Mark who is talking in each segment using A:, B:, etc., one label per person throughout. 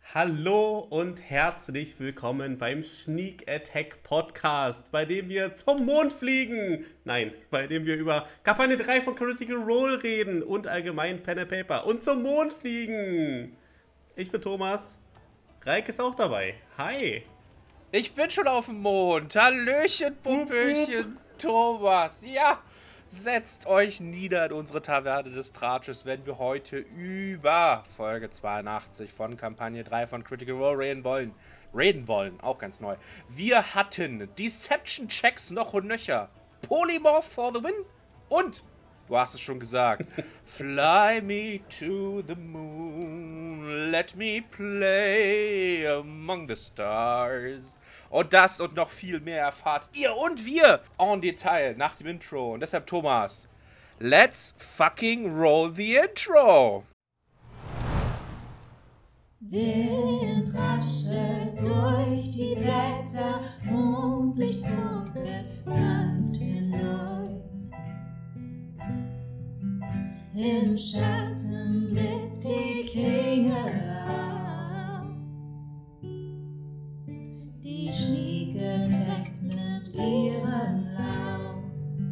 A: Hallo und herzlich willkommen beim Sneak Attack Podcast, bei dem wir zum Mond fliegen. Nein, bei dem wir über Kampagne 3 von Critical Role reden und allgemein Pen and Paper und zum Mond fliegen. Ich bin Thomas, Reik ist auch dabei. Hi.
B: Ich bin schon auf dem Mond. Hallöchen, Pumpöchen, Thomas. Ja, setzt euch nieder in unsere Taverne des Tratsches, wenn wir heute über Folge 82 von Kampagne 3 von Critical Role reden wollen. Auch ganz neu. Wir hatten Deception-Checks noch und nöcher. Polymorph for the win. Und, du hast es schon gesagt, Fly me to the moon, let me play among the stars. Und das und noch viel mehr erfahrt ihr und wir en Detail nach dem Intro. Und deshalb, Thomas, let's fucking roll the intro.
C: Wind raschelt durch die Blätter, Mondlicht funkelt sanft hindurch. Im Schatten blitzt die Klinge auf. Die Schnieke deckt mit ihren Lauf.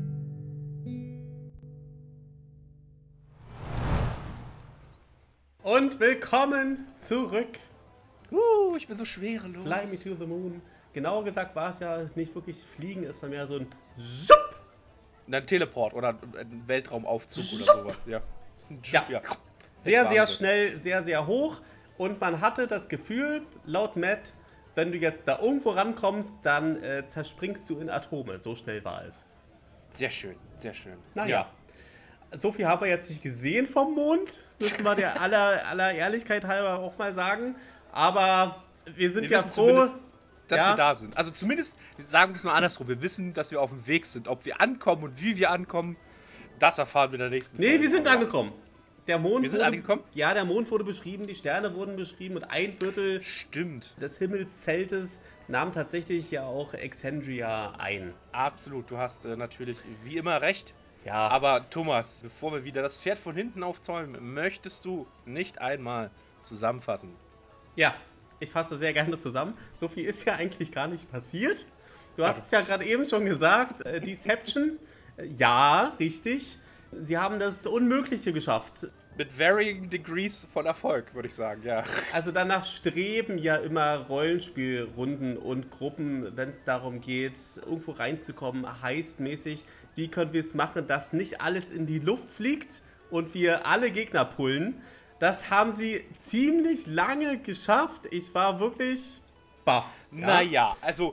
A: Und willkommen zurück.
B: Ich bin so schwerelos.
A: Fly me to the moon. Genauer gesagt war es ja nicht wirklich Fliegen, es war mehr so ein Zup.
B: Ein Teleport oder ein Weltraumaufzug oder sowas. Ja.
A: Ja. Sehr schnell, sehr hoch. Und man hatte das Gefühl, laut Matt, wenn du jetzt da irgendwo rankommst, dann zerspringst du in Atome. So schnell war es.
B: Sehr schön, sehr schön.
A: Naja, so viel haben wir jetzt nicht gesehen vom Mond. Müssen wir der aller Ehrlichkeit halber auch mal sagen. Aber wir sind ja froh,
B: dass wir da sind. Also zumindest, sagen wir es mal andersrum, wir wissen, dass wir auf dem Weg sind. Ob wir ankommen und wie wir ankommen, das erfahren wir in der nächsten Folge.
A: Nee, wir sind angekommen. Wir sind
B: angekommen?
A: Ja, der Mond wurde beschrieben, die Sterne wurden beschrieben und ein Viertel des Himmelszeltes nahm tatsächlich ja auch Exandria ein.
B: Absolut, du hast natürlich wie immer recht.
A: Ja.
B: Aber Thomas, bevor wir wieder das Pferd von hinten aufzäumen, möchtest du nicht einmal zusammenfassen?
A: Ja, ich fasse sehr gerne zusammen. So viel ist ja eigentlich gar nicht passiert. Du hast es ja gerade eben schon gesagt, Deception, ja, richtig. Sie haben das Unmögliche geschafft.
B: Mit varying degrees von Erfolg, würde ich sagen, ja.
A: Also danach streben ja immer Rollenspielrunden und Gruppen, wenn es darum geht, irgendwo reinzukommen, heistmäßig. Wie können wir es machen, dass nicht alles in die Luft fliegt und wir alle Gegner pullen? Das haben sie ziemlich lange geschafft. Ich war wirklich baff. Ja?
B: Naja, also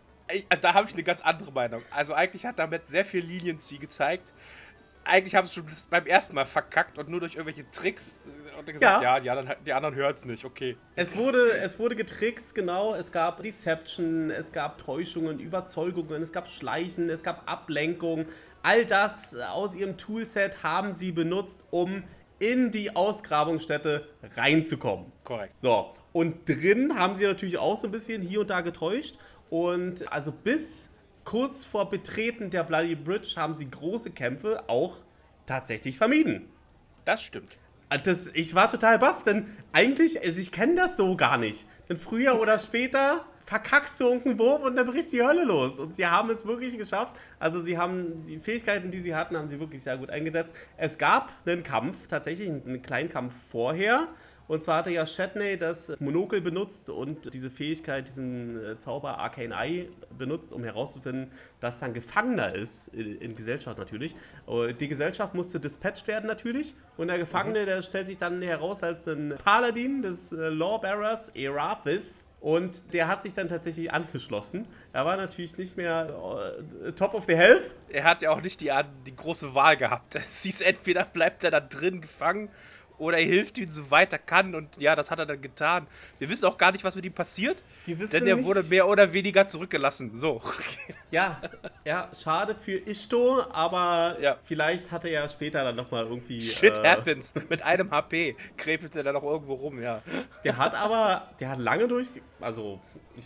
B: da habe ich eine ganz andere Meinung. Also eigentlich hat damit sehr viel Leniency gezeigt. Eigentlich haben sie schon beim ersten Mal verkackt und nur durch irgendwelche Tricks und gesagt, ja die anderen hören es nicht, okay.
A: Es wurde getrickst, genau. Es gab Deception, es gab Täuschungen, Überzeugungen, es gab Schleichen, es gab Ablenkung. All das aus ihrem Toolset haben sie benutzt, um in die Ausgrabungsstätte reinzukommen.
B: Korrekt.
A: So, und drin haben sie natürlich auch so ein bisschen hier und da getäuscht. Und also bis kurz vor Betreten der Bloody Bridge haben sie große Kämpfe auch tatsächlich vermieden.
B: Das stimmt.
A: Ich war total baff, denn eigentlich, also ich kenne das so gar nicht. Denn früher oder später verkackst du irgendeinen Wurf und dann bricht die Hölle los. Und sie haben es wirklich geschafft. Also sie haben die Fähigkeiten, die sie hatten, haben sie wirklich sehr gut eingesetzt. Es gab einen Kampf, tatsächlich einen kleinen Kampf vorher. Und zwar hatte ja Shatney das Monokel benutzt und diese Fähigkeit, diesen Zauber Arcane Eye benutzt, um herauszufinden, dass er ein Gefangener ist, in Gesellschaft natürlich. Die Gesellschaft musste dispatcht werden natürlich und der Gefangene, der stellt sich dann heraus als ein Paladin des Lawbearers Erathis. Und der hat sich dann tatsächlich angeschlossen. Er war natürlich nicht mehr top of the health.
B: Er hat ja auch nicht die große Wahl gehabt. Es hieß, entweder bleibt er da drin gefangen oder er hilft ihm, soweit er kann. Und ja, das hat er dann getan. Wir wissen auch gar nicht, was mit ihm passiert. Denn er wurde mehr oder weniger zurückgelassen. So.
A: Ja, schade für Ishto, aber vielleicht hat er ja später dann nochmal irgendwie...
B: Shit happens. Mit einem HP krepelt er dann noch irgendwo rum, ja.
A: Der hat lange durch... Also,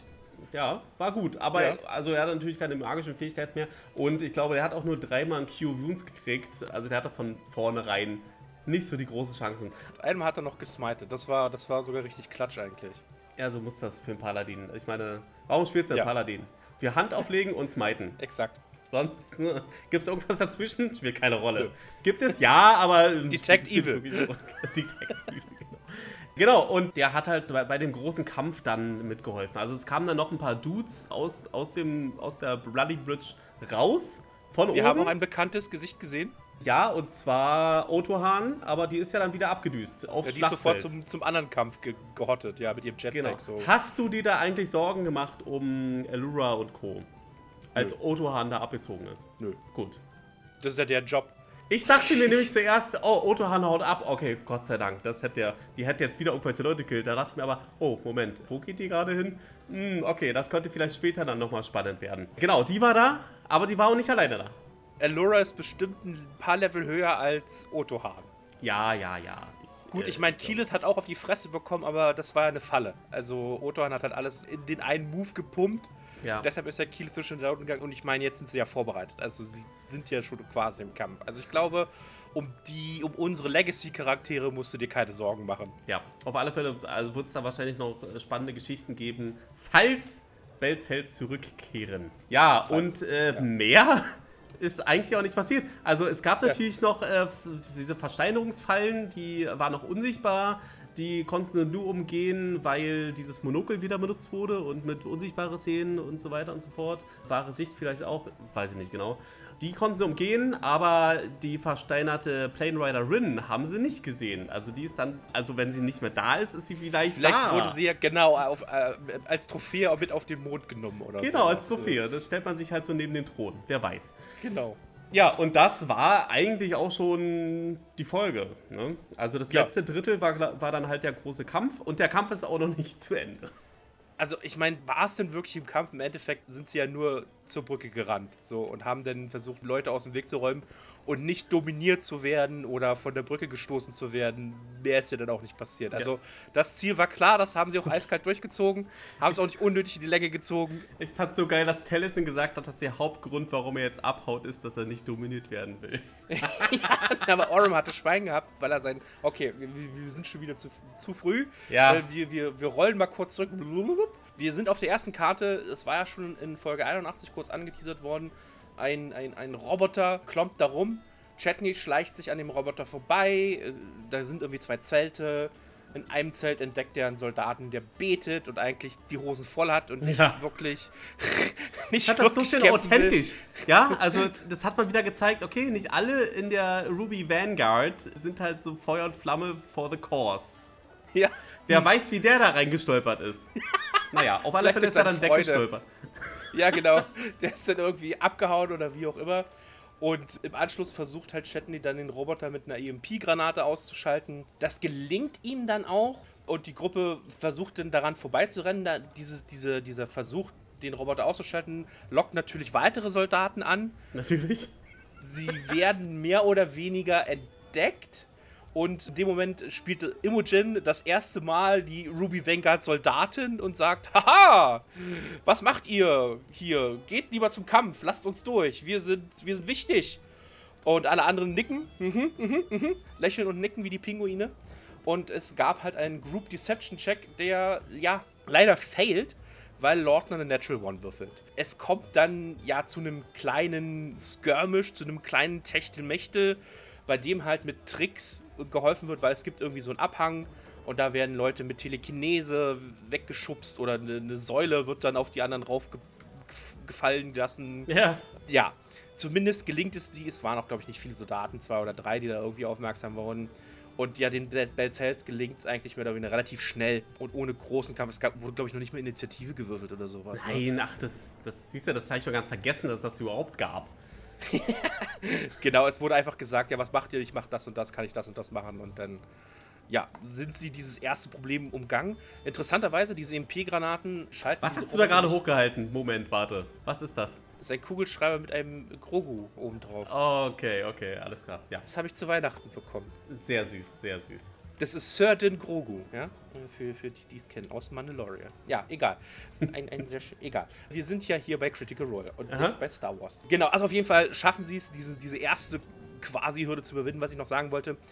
A: war gut. Aber also er hat natürlich keine magischen Fähigkeiten mehr. Und ich glaube, er hat auch nur 3-mal einen Cure Wounds gekriegt. Also der hatte von vornherein nicht so die großen Chancen.
B: Einmal hat er noch gesmited. Das war sogar richtig klatsch eigentlich.
A: Ja, so muss das für einen Paladin. Ich meine, warum spielst du einen
B: Ja.
A: Paladin? Wir Hand auflegen und smiten.
B: Exakt.
A: Sonst gibt es irgendwas dazwischen? Spielt keine Rolle. Gibt es? Ja, aber...
B: Detect Evil.
A: Detect Evil, genau. Genau, und der hat halt bei dem großen Kampf dann mitgeholfen. Also es kamen dann noch ein paar Dudes aus der Bloody Bridge raus, von
B: Wir
A: oben.
B: haben auch ein bekanntes Gesicht gesehen.
A: Ja, und zwar Otohan, aber die ist ja dann wieder abgedüst aufs
B: Ja, die ist sofort
A: Schlachtfeld.
B: zum anderen Kampf gehottet, ja, mit ihrem Jetpack.
A: Genau.
B: So.
A: Hast du dir da eigentlich Sorgen gemacht um Allura und Co., als
B: Nö.
A: Otohan da abgezogen ist?
B: Nö,
A: Gut.
B: das ist ja der Job.
A: Ich dachte mir nämlich zuerst, oh, Otohan haut ab. Okay, Gott sei Dank. Die hätte jetzt wieder irgendwelche Leute gekillt. Da dachte ich mir aber, oh, Moment, wo geht die gerade hin? Okay, das könnte vielleicht später dann nochmal spannend werden. Genau, die war da, aber die war auch nicht alleine da.
B: Allura ist bestimmt ein paar Level höher als Otohan.
A: Ja.
B: Gut, ich meine, Keyleth hat auch auf die Fresse bekommen, aber das war ja eine Falle. Also Otohan hat halt alles in den einen Move gepumpt.
A: Ja.
B: Deshalb ist der Keyleth schon da unten gegangen und ich meine, jetzt sind sie ja vorbereitet. Also sie sind ja schon quasi im Kampf. Also ich glaube, um unsere Legacy-Charaktere musst du dir keine Sorgen machen.
A: Ja, auf alle Fälle also wird es da wahrscheinlich noch spannende Geschichten geben, falls Bells Hells zurückkehren. Ja,
B: Falls,
A: und mehr ist eigentlich auch nicht passiert. Also es gab natürlich noch diese Versteinerungsfallen, die waren noch unsichtbar. Die konnten sie nur umgehen, weil dieses Monokel wieder benutzt wurde und mit unsichtbare Szenen und so weiter und so fort. Wahre Sicht vielleicht auch, weiß ich nicht genau. Die konnten sie umgehen, aber die versteinerte Plane Rider Rin haben sie nicht gesehen. Also die ist dann, also wenn sie nicht mehr da ist, ist sie vielleicht da.
B: Wurde sie ja genau als Trophäe auch mit auf den Mond genommen oder so.
A: Genau, als Trophäe. Das stellt man sich halt so neben den Thron. Wer weiß.
B: Genau.
A: Ja, und das war eigentlich auch schon die Folge. Ne? Also das
B: Ja.
A: letzte Drittel war dann halt der große Kampf. Und der Kampf ist auch noch nicht zu Ende.
B: Also ich meine, war es denn wirklich im Kampf? Im Endeffekt sind sie ja nur zur Brücke gerannt so, und haben dann versucht, Leute aus dem Weg zu räumen und nicht dominiert zu werden oder von der Brücke gestoßen zu werden. Mehr ist ja dann auch nicht passiert. Also das Ziel war klar, das haben sie auch eiskalt durchgezogen, haben es auch nicht unnötig in die Länge gezogen.
A: Ich fand's so geil, dass Taliesin gesagt hat, dass der Hauptgrund, warum er jetzt abhaut, ist, dass er nicht dominiert werden will.
B: Aber Orym hatte Schwein gehabt, weil er sein... Okay, wir sind schon wieder zu früh.
A: Ja.
B: Wir rollen mal kurz zurück. Wir sind auf der ersten Karte, es war ja schon in Folge 81 kurz angeteasert worden, ein Roboter klompt da rum, Chetney schleicht sich an dem Roboter vorbei, da sind irgendwie zwei Zelte, in einem Zelt entdeckt er einen Soldaten, der betet und eigentlich die Hosen voll hat und nicht wirklich
A: Ich fand das so schön
B: kämpfen will.
A: authentisch. Ja, also das hat mal wieder gezeigt, okay, nicht alle in der Ruby Vanguard sind halt so Feuer und Flamme for the cause.
B: Ja.
A: Wer weiß, wie der da reingestolpert ist. Naja, auf alle
B: Vielleicht
A: Fälle
B: ist
A: ist er
B: er
A: dann
B: Freude.
A: weggestolpert.
B: Ja, genau. Der ist dann irgendwie abgehauen oder wie auch immer. Und im Anschluss versucht halt Chetney dann den Roboter mit einer EMP-Granate auszuschalten. Das gelingt ihm dann auch. Und die Gruppe versucht dann daran vorbeizurennen. Dieser Versuch, den Roboter auszuschalten, lockt natürlich weitere Soldaten an.
A: Natürlich.
B: Sie werden mehr oder weniger entdeckt. Und in dem Moment spielte Imogen das erste Mal die Ruby Vanguard Soldatin und sagt, haha, was macht ihr hier? Geht lieber zum Kampf, lasst uns durch, wir sind wichtig. Und alle anderen nicken, lächeln und nicken wie die Pinguine. Und es gab halt einen Group Deception Check, der ja leider failt, weil Lordner eine Natural One würfelt. Es kommt dann ja zu einem kleinen Skirmish, zu einem kleinen Techtelmechtel, bei dem halt mit Tricks geholfen wird, weil es gibt irgendwie so einen Abhang und da werden Leute mit Telekinese weggeschubst oder eine Säule wird dann auf die anderen raufgefallen lassen.
A: Ja.
B: Ja, zumindest gelingt es es waren auch, glaube ich, nicht viele Soldaten, 2 oder 3, die da irgendwie aufmerksam wurden. Und ja, den Bells Hells gelingt es eigentlich mehr oder weniger relativ schnell und ohne großen Kampf. Es wurde, glaube ich, noch nicht mal Initiative gewürfelt oder sowas. Ne?
A: Nein, ach, das siehst du, das habe ich schon ganz vergessen, dass es das überhaupt gab.
B: Genau, es wurde einfach gesagt, ja, was macht ihr? Ich mach das und das, kann ich das und das machen. Und dann, ja, sind sie dieses erste Problem umgangen. Interessanterweise, diese MP-Granaten schalten...
A: Was hast du da gerade hochgehalten? Moment, warte. Was ist das?
B: Das ist ein Kugelschreiber mit einem Grogu obendrauf.
A: Okay, alles klar. Ja,
B: Das habe ich zu Weihnachten bekommen.
A: sehr süß, sehr süß.
B: Das ist Sir Din Grogu, ja? Für die, die es kennen, aus Mandalorian. Ja, egal. Ein sehr schön, egal. Wir sind ja hier bei Critical Role und nicht bei Star Wars. Genau, also auf jeden Fall schaffen sie es, diese erste quasi Hürde zu überwinden. Was ich noch sagen wollte,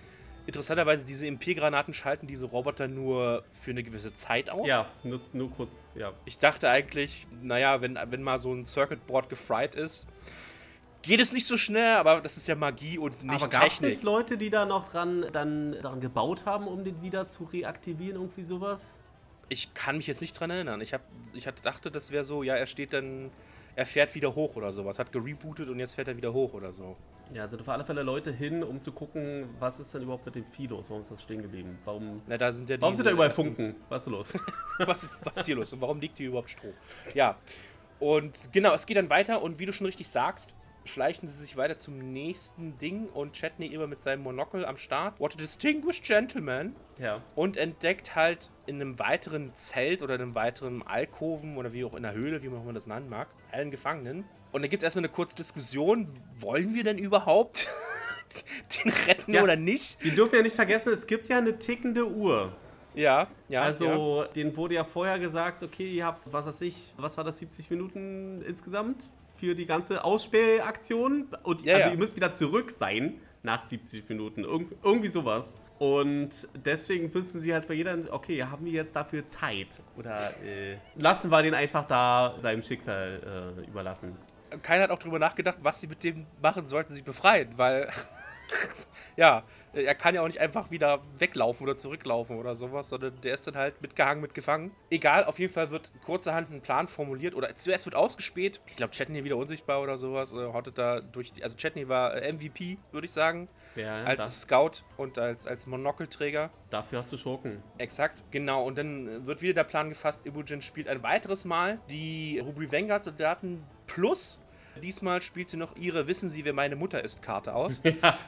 B: Interessanterweise, diese MP-Granaten schalten diese Roboter nur für eine gewisse Zeit aus.
A: Ja, nur kurz, ja.
B: Ich dachte eigentlich, naja, wenn mal so ein Circuitboard gefried ist, geht es nicht so schnell, aber das ist ja Magie und nicht
A: Aber gab es
B: Technik.
A: nicht Leute, die da noch daran gebaut haben, um den wieder zu reaktivieren, irgendwie sowas?
B: Ich kann mich jetzt nicht dran erinnern. Ich dachte, das wäre so, ja, er fährt wieder hoch oder sowas. Hat gerebootet und jetzt fährt er wieder hoch oder so.
A: Ja, sind auf alle Fälle Leute hin, um zu gucken, was ist denn überhaupt mit dem Vieh los? Warum ist das stehen geblieben? Warum
B: Na, da sind ja
A: sind da überall
B: ersten-
A: Funken? Was ist los?
B: Was ist hier los und warum liegt hier überhaupt Stroh? Ja, und genau, es geht dann weiter und wie du schon richtig sagst, schleichen sie sich weiter zum nächsten Ding und Chetney immer mit seinem Monokel am Start. What a distinguished gentleman.
A: Ja.
B: Und entdeckt halt in einem weiteren Zelt oder in einem weiteren Alkoven oder wie auch in der Höhle, wie man auch immer das nennen mag, allen Gefangenen. Und dann gibt es erstmal eine kurze Diskussion, wollen wir denn überhaupt den retten
A: Ja.
B: oder nicht?
A: Wir dürfen ja nicht vergessen, es gibt ja eine tickende Uhr.
B: Ja.
A: Also, denen wurde ja vorher gesagt, okay, ihr habt, was war das, 70 Minuten insgesamt für die ganze Ausspähaktion? Und
B: Ja.
A: ihr müsst wieder zurück sein nach 70 Minuten. Irgendwie sowas. Und deswegen müssen sie halt bei jeder, okay, haben wir jetzt dafür Zeit? Oder lassen wir den einfach da seinem Schicksal überlassen?
B: Keiner hat auch drüber nachgedacht, was sie mit dem machen, sollten sie befreien, weil ja, er kann ja auch nicht einfach wieder weglaufen oder zurücklaufen oder sowas, sondern der ist dann halt mitgefangen. Egal, auf jeden Fall wird kurzerhand ein Plan formuliert oder zuerst wird ausgespäht. Ich glaube, Chetney wieder unsichtbar oder sowas, hottet da durch also Chetney war MVP, würde ich sagen,
A: Ja,
B: als Scout und als Monokelträger.
A: dafür hast du Schurken.
B: Exakt, genau. Und dann wird wieder der Plan gefasst, Imogen spielt ein weiteres Mal die Ruby Vanguard-Soldaten plus. Diesmal spielt sie noch ihre Wissen Sie, wer meine Mutter ist Karte aus.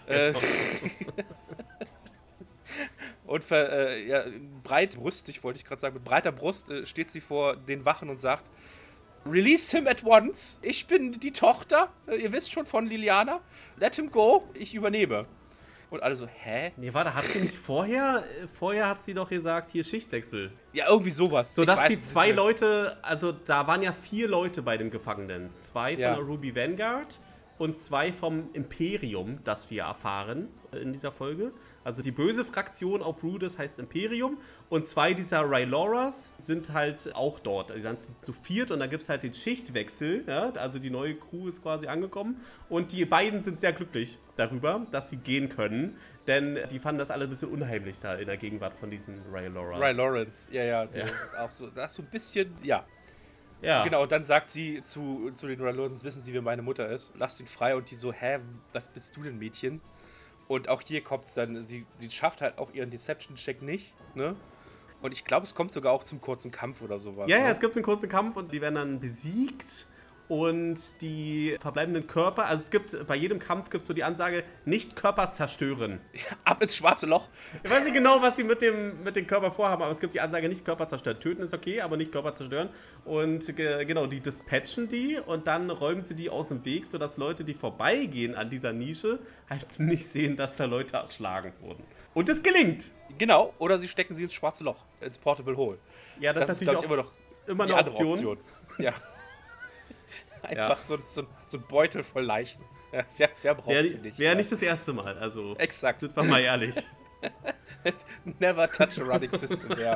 B: Und breitbrüstig, wollte ich gerade sagen, mit breiter Brust steht sie vor den Wachen und sagt: Release him at once. Ich bin die Tochter, ihr wisst schon, von Liliana. Let him go, ich übernehme. Und alle so, hä?
A: Nee, warte, hat sie nicht vorher hat sie doch gesagt, hier Schichtwechsel.
B: Ja, irgendwie sowas.
A: So,
B: Ich
A: dass
B: weiß
A: die
B: es nicht
A: zwei
B: mehr.
A: Leute, also da waren ja 4 Leute bei dem Gefangenen. 2 von
B: Ja.
A: der Ruby Vanguard und 2 vom Imperium, das wir erfahren in dieser Folge. Also die böse Fraktion auf Rudis heißt Imperium und 2 dieser Ryloras sind halt auch dort. Die sind zu 4 und da gibt es halt den Schichtwechsel. Ja? Also die neue Crew ist quasi angekommen und die beiden sind sehr glücklich darüber, dass sie gehen können, denn die fanden das alle ein bisschen unheimlich da in der Gegenwart von diesen Ryloras.
B: Ray Lawrence, ja. Auch so, das ist so ein bisschen, ja.
A: Ja.
B: Genau, und dann sagt sie zu den Ray Lawrence, wissen Sie, wer meine Mutter ist? Lasst ihn frei. Und die so, hä, was bist du denn, Mädchen? Und auch hier kommt es dann, sie schafft halt auch ihren Deception-Check nicht, ne? Und ich glaube, es kommt sogar auch zum kurzen Kampf oder sowas.
A: Ja,
B: ne?
A: ja, es gibt einen kurzen Kampf und die werden dann besiegt und die verbleibenden Körper, also es gibt, bei jedem Kampf gibt es so die Ansage, nicht Körper zerstören.
B: Ab ins schwarze Loch.
A: Ich weiß nicht genau, was sie mit dem Körper vorhaben, aber es gibt die Ansage, nicht Körper zerstören. Töten ist okay, aber nicht Körper zerstören. Und genau, die dispatchen die und dann räumen sie die aus dem Weg, sodass Leute, die vorbeigehen an dieser Nische, halt nicht sehen, dass da Leute erschlagen wurden. Und es gelingt!
B: Genau, oder sie stecken sie ins schwarze Loch, ins Portable Hole.
A: Ja, das ist natürlich
B: glaub ich,
A: auch
B: immer
A: eine
B: die andere
A: Option.
B: Ja. Einfach so ein Beutel voll Leichen. Ja, wer braucht sie nicht?
A: Wäre nicht das erste Mal, also
B: Exakt.
A: sind wir mal ehrlich.
B: Never touch a running system, ja.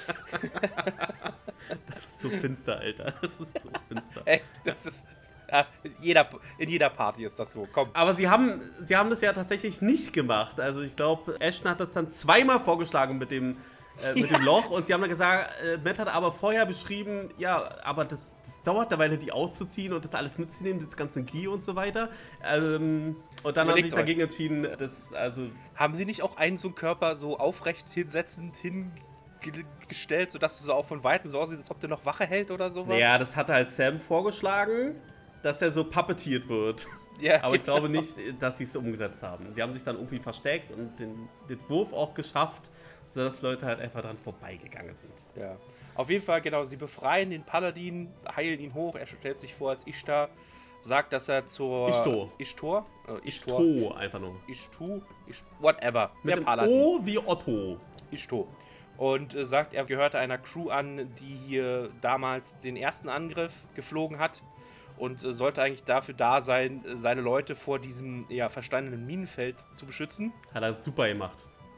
A: Das ist so finster, Alter. Das ist so finster.
B: Ey, das ist. In jeder Party ist das so. Komm.
A: Aber sie haben das ja tatsächlich nicht gemacht. Also ich glaube, Ashton hat das dann zweimal vorgeschlagen mit dem Loch. Und sie haben dann gesagt, Matt hat aber vorher beschrieben, ja, aber das dauert eine Weile, die auszuziehen und das alles mitzunehmen, das ganze Gie und so weiter. Und dann haben sie sich dagegen entschieden,
B: Haben sie nicht auch einen so einen Körper so aufrecht hinsetzend hingestellt, sodass es so auch von Weitem so aussieht, als ob der noch Wache hält oder sowas?
A: Naja, das hatte halt Sam vorgeschlagen, dass er so puppetiert wird.
B: Ja,
A: aber ich glaube nicht, dass sie es umgesetzt haben. Sie haben sich dann irgendwie versteckt und den Wurf auch geschafft, sodass Leute halt einfach dran vorbeigegangen sind.
B: Ja. Auf jeden Fall, genau, sie befreien den Paladin, heilen ihn hoch, er stellt sich vor als Ishtar, sagt, dass er zur...
A: Ishtar, einfach nur.
B: Whatever.
A: Mit
B: der
A: dem
B: Paladin.
A: O wie Otto.
B: Ishtar. Und sagt, er gehörte einer Crew an, die hier damals den ersten Angriff geflogen hat und sollte eigentlich dafür da sein, seine Leute vor diesem versteinerten Minenfeld zu beschützen.
A: Hat er super gemacht.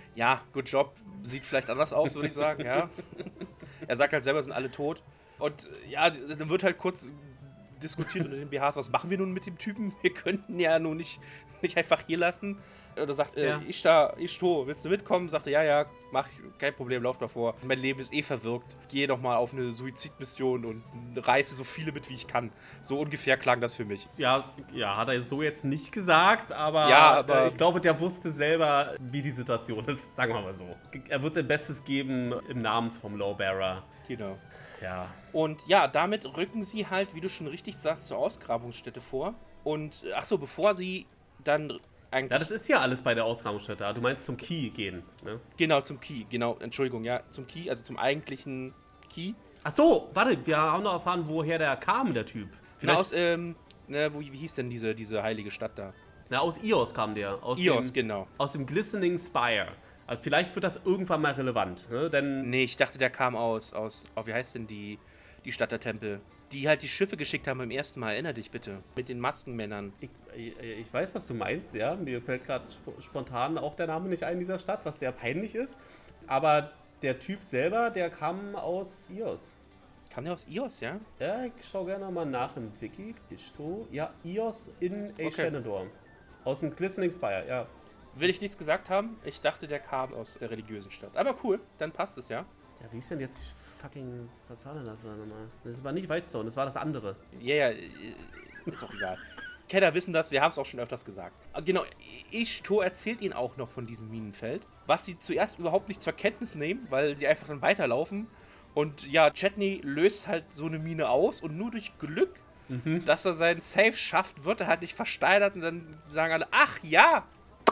B: Ja, good job. Sieht vielleicht anders aus, würde ich sagen, ja. Er sagt halt selber, sind alle tot. Und ja, dann wird halt kurz diskutiert unter den BHs, was machen wir nun mit dem Typen? Wir könnten ja nun nicht einfach hier lassen. Oder sagt, Ishto, willst du mitkommen? Sagte, ja, mach ich, kein Problem, lauf davor. Mein Leben ist verwirkt. Gehe doch mal auf eine Suizidmission und reiße so viele mit, wie ich kann. So ungefähr klang das für mich.
A: Ja, hat er so jetzt nicht gesagt, aber,
B: aber
A: ich glaube, der wusste selber, wie die Situation ist, sagen wir mal so. Er wird sein Bestes geben im Namen vom Lawbearer.
B: Genau.
A: Ja.
B: Und ja, damit rücken sie halt, wie du schon richtig sagst, zur Ausgrabungsstätte vor. Und, bevor sie dann eigentlich...
A: Ja, das ist ja alles bei der Ausgrabungsstätte. Du meinst zum Key gehen, ne?
B: Genau, zum Key. Genau, Entschuldigung, ja, zum Key, also zum eigentlichen Key.
A: Ach so, warte, wir haben noch erfahren, woher der kam, der Typ.
B: Vielleicht wie hieß denn diese heilige Stadt da?
A: Na, aus Ios kam der.
B: Genau.
A: Aus dem Glistening Spire. Also vielleicht wird das irgendwann mal relevant, ne? Denn
B: Nee, ich dachte, der kam aus wie heißt denn die Stadt der Tempel? Die halt die Schiffe geschickt haben beim ersten Mal, erinner dich bitte. Mit den Maskenmännern.
A: ich weiß, was du meinst, ja. Mir fällt gerade spontan auch der Name nicht ein dieser Stadt, was sehr peinlich ist. Aber der Typ selber, der kam aus Ios.
B: Kam der aus Ios, ja?
A: Ja, ich schau gerne mal nach im Wiki. Ja, Ios in Shenandoah. Aus dem Glistening Spire, ja.
B: Will ich nichts gesagt haben? Ich dachte, der kam aus der religiösen Stadt. Aber cool, dann passt es, ja.
A: Ja, wie ist denn jetzt fucking... Was war denn das nochmal? Das war nicht Whitestone, das war das andere.
B: Ja, ist auch egal. Kenner wissen das, wir haben es auch schon öfters gesagt. Genau, Ishto erzählt ihnen auch noch von diesem Minenfeld, was sie zuerst überhaupt nicht zur Kenntnis nehmen, weil die einfach dann weiterlaufen. Und ja, Chetney löst halt so eine Mine aus und nur durch Glück, dass er seinen Safe schafft, wird er halt nicht versteinert und dann sagen alle, ach ja,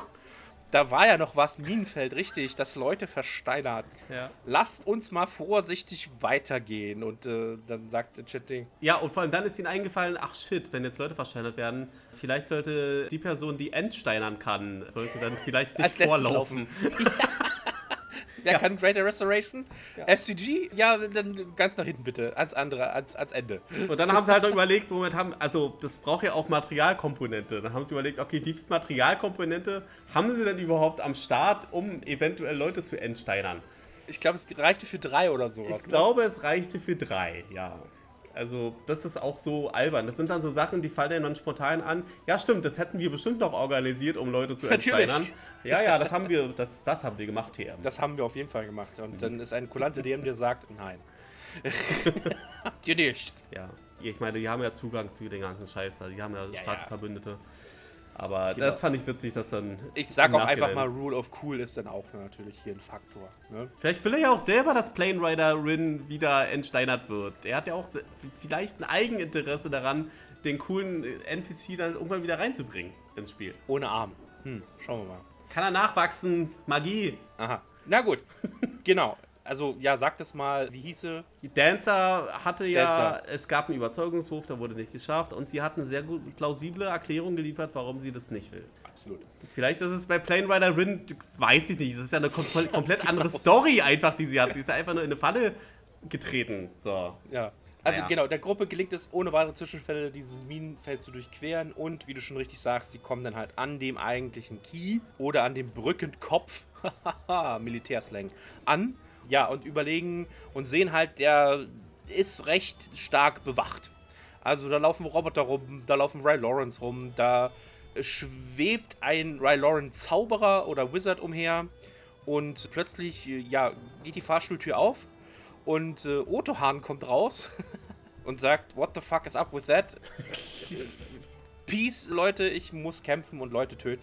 B: da war ja noch was, ein Minenfeld, richtig, das Leute versteinert.
A: Ja.
B: Lasst uns mal vorsichtig weitergehen. Und dann sagt Chetney,
A: Ja, und vor allem dann ist ihnen eingefallen, ach shit, wenn jetzt Leute versteinert werden, vielleicht sollte die Person, die entsteinern kann, sollte dann vielleicht nicht
B: Als letztes
A: vorlaufen.
B: wer kann Greater Restoration? Ja. FCG? Ja, dann ganz nach hinten bitte, ans Ende.
A: Und dann haben sie halt noch überlegt, das braucht ja auch Materialkomponente. Dann haben sie überlegt, okay, wie viel Materialkomponente haben sie denn überhaupt am Start, um eventuell Leute zu entsteinern?
B: Ich glaube, es reichte für 3 oder sowas.
A: Ich glaube, es reichte für 3, ja. Also, das ist auch so albern. Das sind dann so Sachen, die fallen dann spontan an. Ja, stimmt, das hätten wir bestimmt noch organisiert, um Leute zu entsteinern. Ja, das haben wir gemacht, TM.
B: Das haben wir auf jeden Fall gemacht. Und dann ist ein kulante DM, der sagt, nein. Habt ihr nicht.
A: Ja, ich meine, die haben ja Zugang zu den ganzen Scheiß. Also die haben ja starke Verbündete. Aber
B: genau.
A: Das fand ich witzig, dass dann...
B: Ich sag auch einfach mal, Rule of Cool ist dann auch natürlich hier ein Faktor. Ne?
A: Vielleicht will er ja auch selber, dass Plane Rider Rin wieder entsteinert wird. Er hat ja auch vielleicht ein Eigeninteresse daran, den coolen NPC dann irgendwann wieder reinzubringen ins Spiel.
B: Ohne Arm. Schauen wir mal.
A: Kann er nachwachsen? Magie.
B: Aha. Na gut. Genau. Also, ja, sag das mal, wie hieße?
A: Dancer hatte ja, es gab einen Überzeugungswurf, der wurde nicht geschafft und sie hat eine sehr gut plausible Erklärung geliefert, warum sie das nicht will.
B: Absolut.
A: Vielleicht ist es bei Plane Rider Rin, weiß ich nicht, das ist ja eine komplett andere Story einfach, die sie hat. Sie ist ja einfach nur in eine Falle getreten. So.
B: Ja. Also genau, der Gruppe gelingt es ohne weitere Zwischenfälle, dieses Minenfeld zu durchqueren und, wie du schon richtig sagst, sie kommen dann halt an dem eigentlichen Key oder an dem Brückenkopf, Militärslang, an. Ja, und überlegen und sehen halt, der ist recht stark bewacht. Also da laufen Roboter rum, da laufen Rylorans rum, da schwebt ein Ryloran-Zauberer oder Wizard umher und plötzlich, ja, geht die Fahrstuhltür auf und Otohan kommt raus und sagt, what the fuck is up with that? Peace, Leute, ich muss kämpfen und Leute töten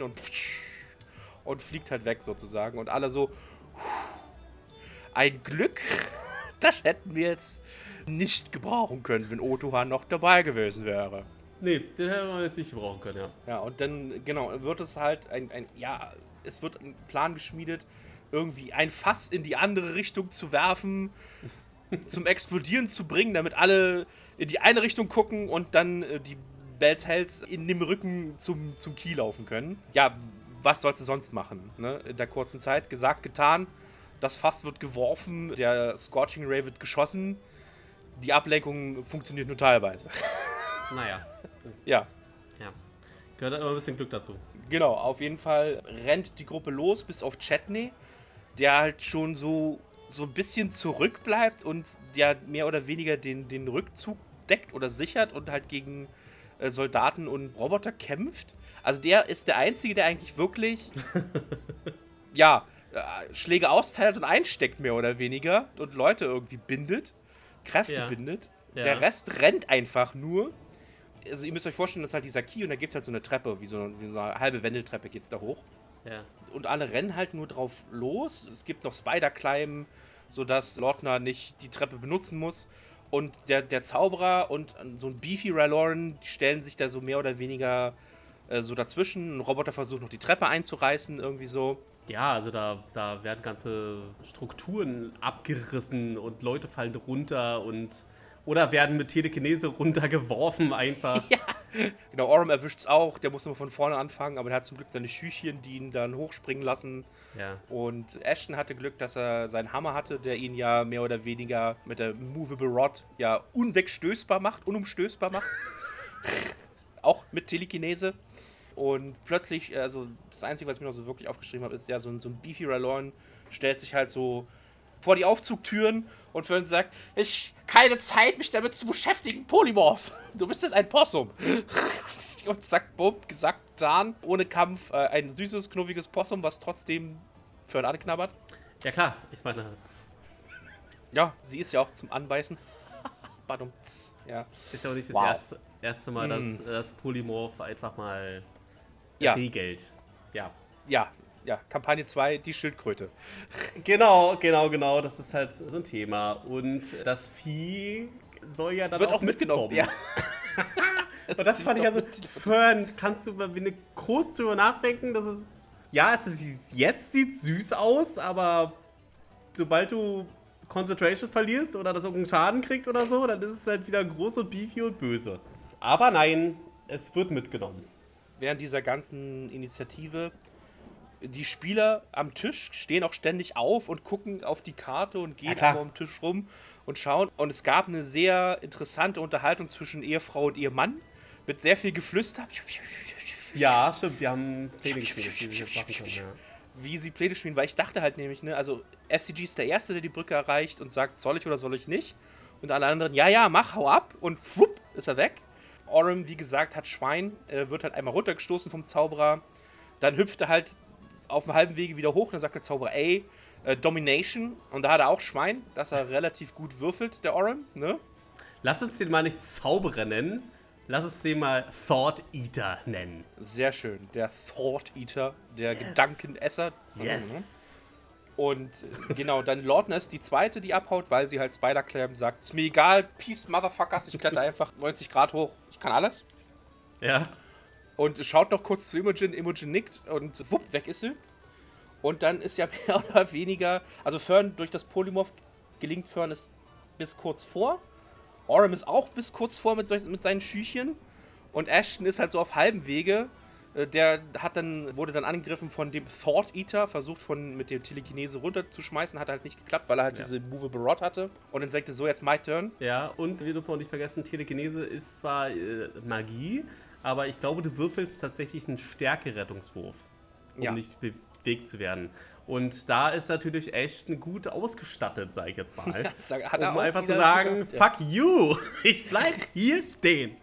B: und fliegt halt weg sozusagen und alle so... Ein Glück, das hätten wir jetzt nicht gebrauchen können, wenn Otohan noch dabei gewesen wäre.
A: Nee, den hätten wir jetzt nicht gebrauchen können, ja.
B: Ja, und dann, genau, wird es halt es wird ein Plan geschmiedet, irgendwie ein Fass in die andere Richtung zu werfen, zum Explodieren zu bringen, damit alle in die eine Richtung gucken und dann die Bells Hells in dem Rücken zum Key laufen können. Ja, was sollst du sonst machen, ne? In der kurzen Zeit, gesagt, getan. Das Fass wird geworfen, der Scorching Ray wird geschossen. Die Ablenkung funktioniert nur teilweise.
A: Naja.
B: Ja.
A: Gehört immer ein bisschen Glück dazu.
B: Genau, auf jeden Fall rennt die Gruppe los, bis auf Chetney. der halt schon so ein bisschen zurückbleibt und ja mehr oder weniger den Rückzug deckt oder sichert und halt gegen Soldaten und Roboter kämpft. Also der ist der Einzige, der eigentlich wirklich Schläge austeilt und einsteckt, mehr oder weniger, und Leute irgendwie bindet, Kräfte bindet.
A: Ja.
B: Der Rest rennt einfach nur. Also ihr müsst euch vorstellen, das ist halt dieser Key und da gibt es halt so eine Treppe, wie so eine halbe Wendeltreppe geht's da hoch.
A: Ja.
B: Und alle rennen halt nur drauf los. Es gibt noch Spider-Climb, sodass Lordner nicht die Treppe benutzen muss. Und der Zauberer und so ein Beefy Raloran, die stellen sich da so mehr oder weniger so dazwischen. Ein Roboter versucht noch die Treppe einzureißen, irgendwie so.
A: Ja, also da werden ganze Strukturen abgerissen und Leute fallen runter oder werden mit Telekinese runtergeworfen einfach.
B: Ja. Genau, Orm erwischt's auch, der muss immer von vorne anfangen, aber der hat zum Glück seine Schüchchen, die ihn dann hochspringen lassen.
A: Ja.
B: Und Ashton hatte Glück, dass er seinen Hammer hatte, der ihn ja mehr oder weniger mit der Movable Rod ja unumstößbar macht. Auch mit Telekinese. Und plötzlich, also das Einzige, was ich mir noch so wirklich aufgeschrieben habe, ist ja so ein Beefy Raloran stellt sich halt so vor die Aufzugtüren und für uns sagt, ich keine Zeit, mich damit zu beschäftigen, Polymorph, du bist jetzt ein Possum. Und zack, bumm, gesagt, dann, ohne Kampf, ein süßes, knuffiges Possum, was trotzdem für einen anknabbert.
A: Ja klar, ich meine...
B: Ja, sie ist ja auch zum Anbeißen. Ja.
A: Ist ja auch nicht das erste Mal, dass das Polymorph einfach mal regelt. Ja.
B: Ja, Kampagne 2, die Schildkröte.
A: Genau, das ist halt so ein Thema. Und das Vieh soll ja dann
B: Wird
A: auch
B: mitgenommen. Ja.
A: Und das fand ich also, Fern, kannst du mal kurz drüber nachdenken, dass es, jetzt sieht süß aus, aber sobald du Concentration verlierst oder das irgendeinen Schaden kriegt oder so, dann ist es halt wieder groß und beefy und böse. Aber nein, es wird mitgenommen.
B: Während dieser ganzen Initiative, die Spieler am Tisch stehen auch ständig auf und gucken auf die Karte und gehen immer am Tisch rum und schauen. Und es gab eine sehr interessante Unterhaltung zwischen Ehefrau und Ehemann mit sehr viel Geflüster.
A: Ja, stimmt, die haben Pläne gespielt, wie sie jetzt machen können, ja.
B: Wie sie Pläne spielen, weil ich dachte halt nämlich, also FCG ist der Erste, der die Brücke erreicht und sagt, soll ich oder soll ich nicht? Und alle anderen, ja, mach, hau ab, und flupp, ist er weg. Orm, wie gesagt, hat Schwein, wird halt einmal runtergestoßen vom Zauberer, dann hüpft er halt auf dem halben Wege wieder hoch, dann sagt der Zauberer, Domination, und da hat er auch Schwein, dass er relativ gut würfelt, der Orm, ne?
A: Lass uns den mal nicht Zauberer nennen, lass uns den mal Thought Eater nennen.
B: Sehr schön, der Thought Eater, der Gedankenesser.
A: Yes.
B: Und genau, dann Lordner ist die zweite, die abhaut, weil sie halt Spider-Clamp sagt, ist mir egal, Peace, Motherfuckers, ich kletter einfach 90 Grad hoch, ich kann alles.
A: Ja.
B: Und schaut noch kurz zu Imogen nickt und wupp, weg ist sie. Und dann ist ja mehr oder weniger, also Fern, durch das Polymorph gelingt Fern es bis kurz vor. Orm ist auch bis kurz vor mit seinen Schüchchen. Und Ashton ist halt so auf halbem Wege. Der wurde dann angegriffen von dem Thought Eater, versucht mit der Telekinese runterzuschmeißen, hat halt nicht geklappt, weil er halt diese Movable Rod hatte. Und dann sagte so, jetzt my turn.
A: Ja, und wir dürfen auch nicht vergessen, Telekinese ist zwar Magie, aber ich glaube, du würfelst tatsächlich einen Stärke-Rettungswurf, um nicht bewegt zu werden. Und da ist natürlich Ashton gut ausgestattet, sag ich jetzt mal.
B: Ja,
A: um einfach zu sagen, fuck you, ich bleib hier stehen.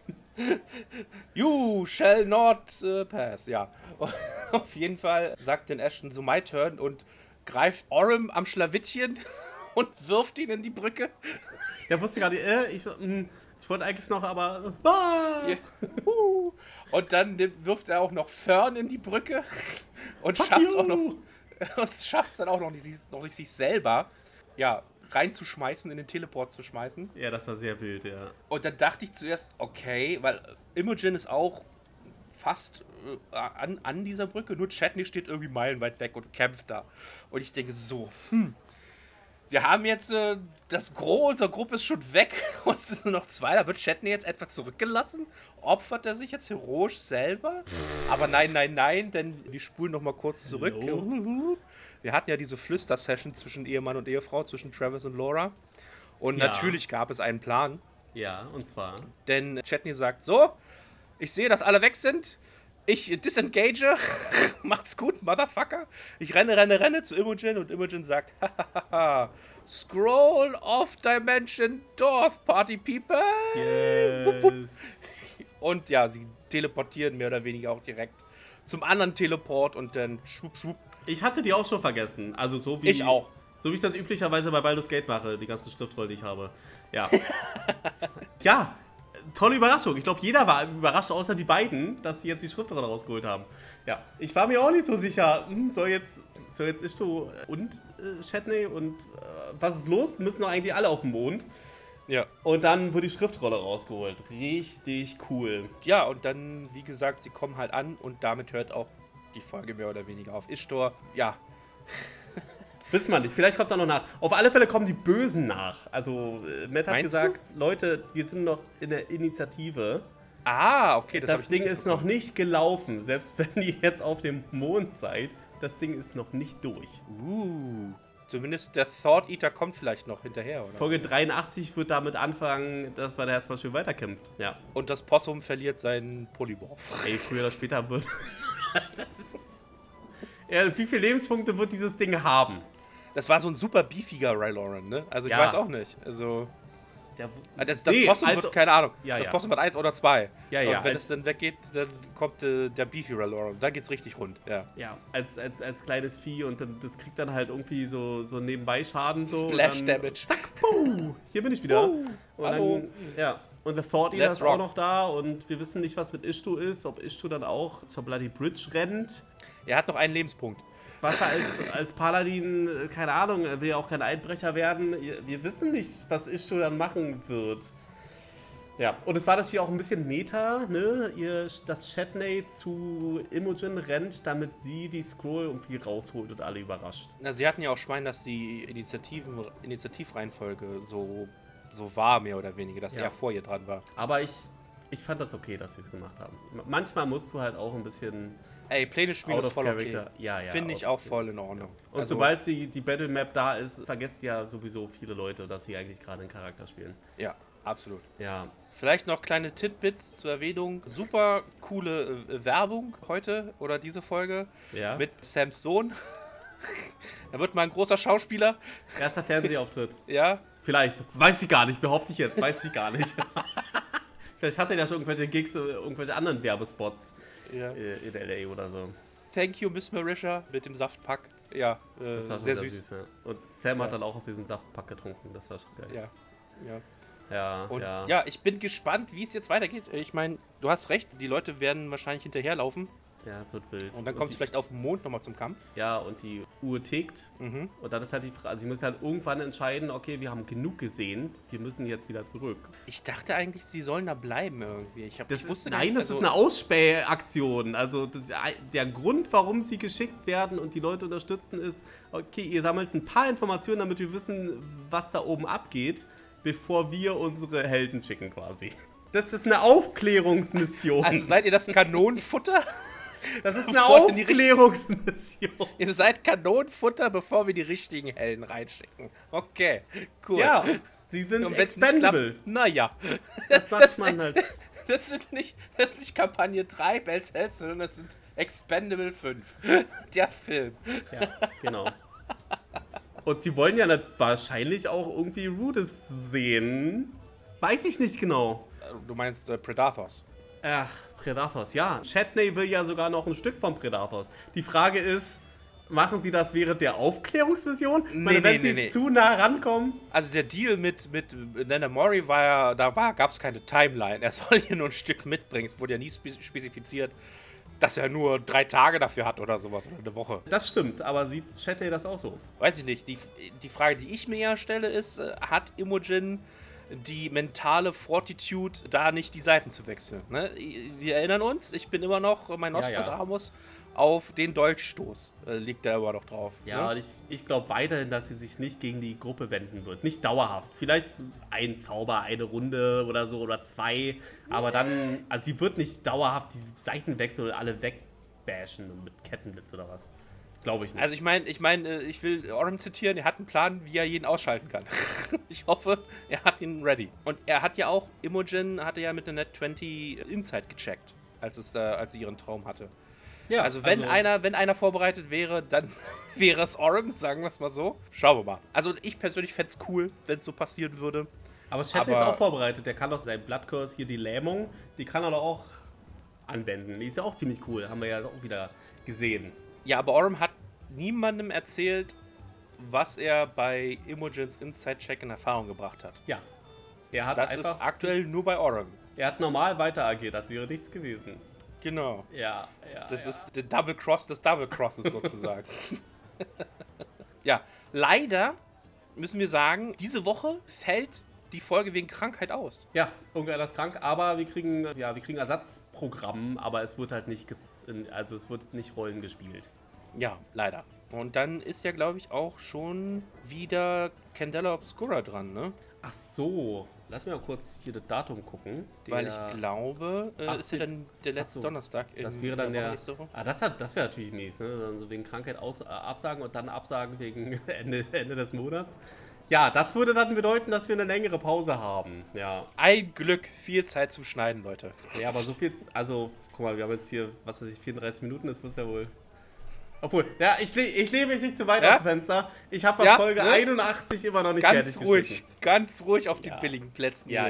B: You shall not pass, ja. Auf jeden Fall sagt dann Ashton so my turn und greift Orm am Schlawittchen und wirft ihn in die Brücke.
A: Der wusste gerade, ich wollte eigentlich noch, aber...
B: Yeah. Und dann wirft er auch noch Fern in die Brücke und schafft es dann auch noch nicht sich selber, reinzuschmeißen, in den Teleport zu schmeißen.
A: Ja, das war sehr wild, ja.
B: Und dann dachte ich zuerst, okay, weil Imogen ist auch fast an dieser Brücke, nur Chatney steht irgendwie meilenweit weg und kämpft da. Und ich denke so, wir haben jetzt unsere Gruppe ist schon weg und es sind nur noch 2, da wird Chatney jetzt etwa zurückgelassen? Opfert er sich jetzt heroisch selber? Aber nein, denn wir spulen noch mal kurz zurück.
A: Hello.
B: Wir hatten ja diese Flüster-Session zwischen Ehemann und Ehefrau, zwischen Travis und Laura. Und natürlich gab es einen Plan.
A: Ja, und zwar?
B: Denn Chatney sagt, so, ich sehe, dass alle weg sind. Ich disengage, macht's gut, Motherfucker. Ich renne zu Imogen und Imogen sagt, hahaha, Scroll of Dimension Doors, Party People. Wupp, wupp.
A: Yes.
B: Und ja, sie teleportieren mehr oder weniger auch direkt zum anderen Teleport und dann schwupp, schwupp.
A: Ich hatte die auch schon vergessen. Also so wie
B: Ich auch.
A: So wie ich das üblicherweise bei Baldur's Gate mache, die ganzen Schriftrollen, die ich habe. Ja. Ja, tolle Überraschung. Ich glaube, jeder war überrascht, außer die beiden, dass sie jetzt die Schriftrolle rausgeholt haben. Ja, ich war mir auch nicht so sicher, soll jetzt Ishto und Shatney und was ist los? Müssen doch eigentlich alle auf den Mond.
B: Ja.
A: Und dann wurde die Schriftrolle rausgeholt. Richtig cool.
B: Ja, und dann, wie gesagt, sie kommen halt an und damit hört auch die Folge mehr oder weniger auf. Ishtar, ja.
A: Wissen wir nicht, vielleicht kommt da noch nach. Auf alle Fälle kommen die Bösen nach. Also, Matt hat
B: Meinst
A: gesagt, Leute, wir sind noch in der Initiative.
B: Ah, okay.
A: Das Ding ist noch nicht gelaufen. Selbst wenn ihr jetzt auf dem Mond seid, das Ding ist noch nicht durch.
B: Zumindest der Thought Eater kommt vielleicht noch hinterher, oder?
A: Folge 83 wird damit anfangen, dass man erstmal schön weiterkämpft. Ja.
B: Und das Possum verliert seinen Polymorph.
A: Ey, früher oder später wird... das ist... Ja, wie viele Lebenspunkte wird dieses Ding haben?
B: Das war so ein super beefiger Rylauren, ne? Also ich
A: Ja.
B: weiß auch nicht. Also das
A: Nee,
B: Possum
A: also-
B: wird, keine Ahnung,
A: Ja,
B: das
A: ja.
B: Possum hat 1 oder 2.
A: Ja, ja,
B: Und wenn
A: als-
B: es dann weggeht, dann kommt der Beefy Rylauren. Dann geht's richtig rund, ja.
A: Ja, als kleines Vieh und dann, das kriegt dann halt irgendwie so nebenbei Schaden. So,
B: Splash
A: und dann,
B: Damage.
A: Zack, puh, hier bin ich wieder. Und
B: hallo.
A: dann, ja. Und der Thought Eater
B: Let's
A: ist auch
B: rock.
A: noch da und wir wissen nicht, was mit Ishto ist. Ob Ishto dann auch zur Bloody Bridge rennt.
B: Er hat noch einen Lebenspunkt.
A: Was er als Paladin, keine Ahnung, er will ja auch kein Einbrecher werden. Wir wissen nicht, was Ishto dann machen wird. Ja, und es war natürlich auch ein bisschen Meta, ne? Dass Shatney zu Imogen rennt, damit sie die Scroll irgendwie rausholt und alle überrascht.
B: Na, sie hatten ja auch Schwein, dass die Initiativreihenfolge so war, mehr oder weniger, dass
A: Ja.
B: er vor ihr dran war.
A: Aber ich fand das okay, dass sie es gemacht haben. Manchmal musst du halt auch ein bisschen...
B: Ey, Pläne spielen
A: Out
B: ist
A: of
B: voll okay.
A: character. Ja, ja,
B: Finde
A: out
B: ich
A: of
B: auch voll in Ordnung.
A: Und
B: Also,
A: sobald die Battle Map da ist, vergesst ja sowieso viele Leute, dass sie eigentlich gerade einen Charakter spielen.
B: ja, absolut.
A: Ja,
B: Vielleicht noch kleine Tidbits zur Erwähnung. Super coole Werbung heute oder diese Folge
A: ja.
B: mit Sams Sohn. Er wird mal ein großer Schauspieler.
A: Erster Fernsehauftritt.
B: Ja,
A: Vielleicht. Weiß ich gar nicht, behaupte ich jetzt. Weiß ich gar nicht. Vielleicht hat er ja schon irgendwelche Gigs, irgendwelche anderen Werbespots
B: ja.
A: in L.A. oder so.
B: Thank you, Miss Marisha, mit dem Saftpack. Ja,
A: Das war schon
B: sehr
A: sehr
B: süß.
A: süß. Ja. Und Sam hat
B: Ja.
A: dann auch aus diesem Saftpack getrunken. Das war schon geil.
B: Ja, ja.
A: Ja,
B: Und
A: ja.
B: ja, ich bin gespannt, wie es jetzt weitergeht. Ich meine, du hast recht, die Leute werden wahrscheinlich hinterherlaufen.
A: Ja, es wird wild.
B: Und dann kommt es vielleicht auf den Mond nochmal zum Kampf.
A: Ja, und die Uhr tickt.
B: Mhm.
A: Und dann ist halt die Frage, sie müssen halt irgendwann entscheiden, okay, wir haben genug gesehen, wir müssen jetzt wieder zurück.
B: Ich dachte eigentlich, sie sollen da bleiben irgendwie. Ich wusste gar
A: Nein,
B: nicht,
A: das ist eine Ausspähaktion. Also der Grund, warum sie geschickt werden und die Leute unterstützen, ist, okay, ihr sammelt ein paar Informationen, damit wir wissen, was da oben abgeht, bevor wir unsere Helden schicken quasi. Das ist eine Aufklärungsmission.
B: Also seid ihr das Kanonenfutter?
A: das ist eine
B: bevor in die
A: Aufklärungsmission.
B: Ihr seid Kanonenfutter, bevor wir die richtigen Helden reinschicken. Okay, cool.
A: Ja, sie sind
B: Und wenn's nicht
A: expendable.
B: klappt, naja.
A: Das macht man halt.
B: Das ist nicht Kampagne 3 Bells Hells, sondern das sind Expendable 5. Der Film.
A: Ja, genau. Und sie wollen ja wahrscheinlich auch irgendwie Rudis sehen. Weiß ich nicht genau.
B: Du meinst Predathos.
A: Ach, Predathos, ja. Shatney will ja sogar noch ein Stück von Predathos. Die Frage ist, machen sie das während der Aufklärungsmission? Ich meine, wenn sie zu nah rankommen...
B: Also der Deal mit Nana Mori war ja, gab es keine Timeline. Er soll hier nur ein Stück mitbringen. Es wurde ja nie spezifiziert, dass er nur 3 Tage dafür hat oder sowas oder eine Woche.
A: Das stimmt, aber sieht Shatney das auch so?
B: Weiß ich nicht. Die Frage, die ich mir ja stelle, ist, hat Imogen die mentale Fortitude, da nicht die Seiten zu wechseln? Ne? Wir erinnern uns, ich bin immer noch, mein
A: Ja, ja.
B: Nostradamus, auf den Dolchstoß liegt er immer noch drauf.
A: Ja,
B: Ne?
A: und ich glaube weiterhin, dass sie sich nicht gegen die Gruppe wenden wird. Nicht dauerhaft. Vielleicht ein Zauber, eine Runde oder so oder 2. Aber dann, also sie wird nicht dauerhaft die Seiten wechseln und alle wegbashen mit Kettenblitz oder was. Glaube ich nicht.
B: Also ich will Orm zitieren, er hat einen Plan, wie er jeden ausschalten kann. Ich hoffe, er hat ihn ready. Und er hat ja auch, Imogen hatte ja mit der Net 20 Insight gecheckt, als sie ihren Traum hatte.
A: Ja,
B: Also wenn einer vorbereitet wäre, dann wäre es Orym, sagen wir es mal so. Schauen wir mal. Also ich persönlich fände es cool, wenn es so passieren würde.
A: Aber Shatney ist auch vorbereitet. Der kann doch seinen Bloodcurse hier, die Lähmung, die kann er doch auch anwenden. Die ist ja auch ziemlich cool. Haben wir ja auch wieder gesehen.
B: Ja, aber Orym hat niemandem erzählt, was er bei Imogens Inside-Check in Erfahrung gebracht hat.
A: Ja. Er hat
B: Das
A: einfach.
B: ist aktuell nur bei Orym.
A: Er hat normal weiter agiert, als wäre nichts gewesen.
B: Genau.
A: Ja.
B: Das ist der Double Cross des Double Crosses sozusagen. Ja, leider müssen wir sagen, diese Woche fällt die Folge wegen Krankheit aus.
A: Ja, irgendeiner ist krank, aber wir kriegen Ersatzprogramm, aber es wird halt nicht, es wird nicht Rollen gespielt.
B: Ja, leider. Und dann ist ja, glaube ich, auch schon wieder Candela Obscura dran, ne?
A: Ach so, lass mich mal kurz hier das Datum gucken.
B: Weil ich glaube, ist ja dann der letzte Donnerstag.
A: Das wäre dann der.
B: nächste Woche.
A: Das wäre natürlich mies, ne? Also wegen Krankheit absagen und dann absagen wegen Ende des Monats. Ja, das würde dann bedeuten, dass wir eine längere Pause haben. Ja.
B: Ein Glück, viel Zeit zum Schneiden, Leute.
A: Ja, aber so viel. Also, guck mal, wir haben jetzt hier, 34 Minuten, das muss ja wohl. Obwohl, ja, ich lehne mich nicht zu weit aus dem Fenster. Ich habe bei Folge 81 immer noch nicht fertig geschnitten.
B: Ganz ruhig auf den billigen Plätzen.
A: Ja.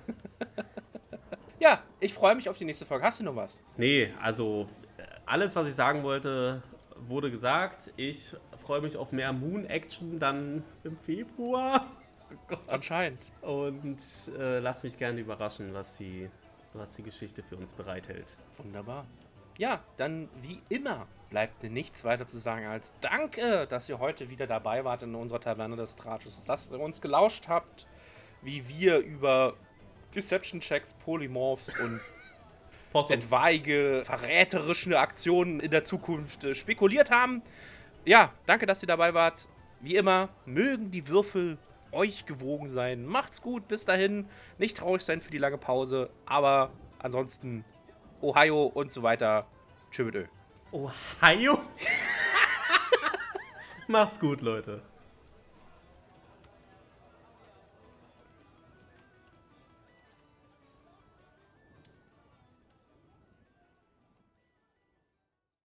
B: Ja, ich freue mich auf die nächste Folge. Hast du noch was?
A: Nee, also alles, was ich sagen wollte, wurde gesagt. Ich freue mich auf mehr Moon-Action dann im Februar. Oh Gott.
B: Anscheinend.
A: Und lass mich gerne überraschen, was die Geschichte für uns bereithält.
B: Wunderbar. Ja, dann wie immer bleibt mir nichts weiter zu sagen als Danke, dass ihr heute wieder dabei wart in unserer Taverne des Tratsches, dass ihr uns gelauscht habt, wie wir über Deception-Checks, Polymorphs und etwaige verräterische Aktionen in der Zukunft spekuliert haben. Ja, danke, dass ihr dabei wart. Wie immer, mögen die Würfel euch gewogen sein. Macht's gut, bis dahin. Nicht traurig sein für die lange Pause, aber ansonsten Ohio und so weiter. Tschö mit Ö.
A: Ohio? Macht's gut, Leute.